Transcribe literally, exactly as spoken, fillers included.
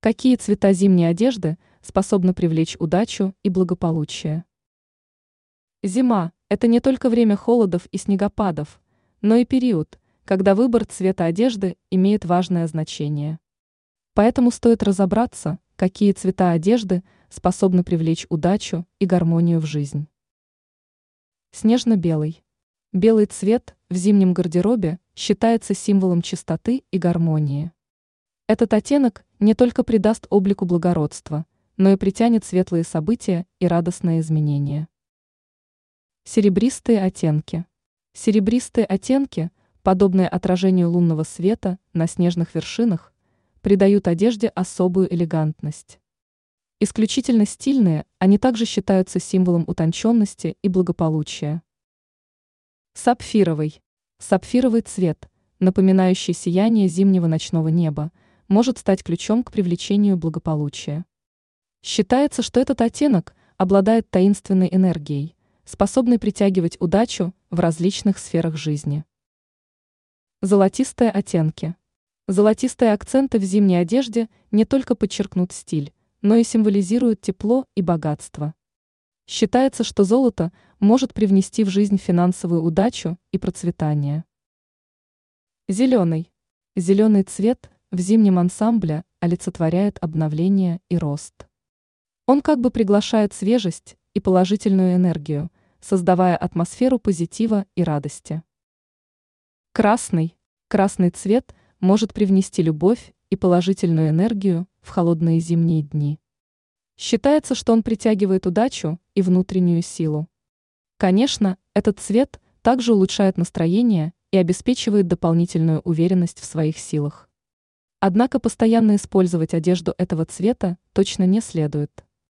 Какие цвета зимней одежды способны привлечь удачу и благополучие? Зима– это не только время холодов и снегопадов, но и период, когда выбор цвета одежды имеет важное значение. Поэтому стоит разобраться, какие цвета одежды способны привлечь удачу и гармонию в жизнь. Снежно-белый. Белый цвет в зимнем гардеробе считается символом чистоты и гармонии. Этот оттенок не только придаст облику благородства, но и притянет светлые события и радостные изменения. Серебристые оттенки. Серебристые оттенки, подобные отражению лунного света на снежных вершинах, придают одежде особую элегантность. Исключительно стильные, они также считаются символом утонченности и благополучия. Сапфировый. Сапфировый цвет, напоминающий сияние зимнего ночного неба, может стать ключом к привлечению благополучия. Считается, что этот оттенок обладает таинственной энергией, способной притягивать удачу в различных сферах жизни. Золотистые оттенки. Золотистые акценты в зимней одежде не только подчеркнут стиль, но и символизируют тепло и богатство. Считается, что золото может привнести в жизнь финансовую удачу и процветание. Зеленый. Зеленый цвет в зимнем ансамбле олицетворяет обновление и рост. Он как бы приглашает свежесть и положительную энергию, создавая атмосферу позитива и радости. Красный. Красный цвет может привнести любовь и положительную энергию в холодные зимние дни. Считается, что он притягивает удачу и внутреннюю силу. Конечно, этот цвет также улучшает настроение и обеспечивает дополнительную уверенность в своих силах. Однако постоянно использовать одежду этого цвета точно не следует.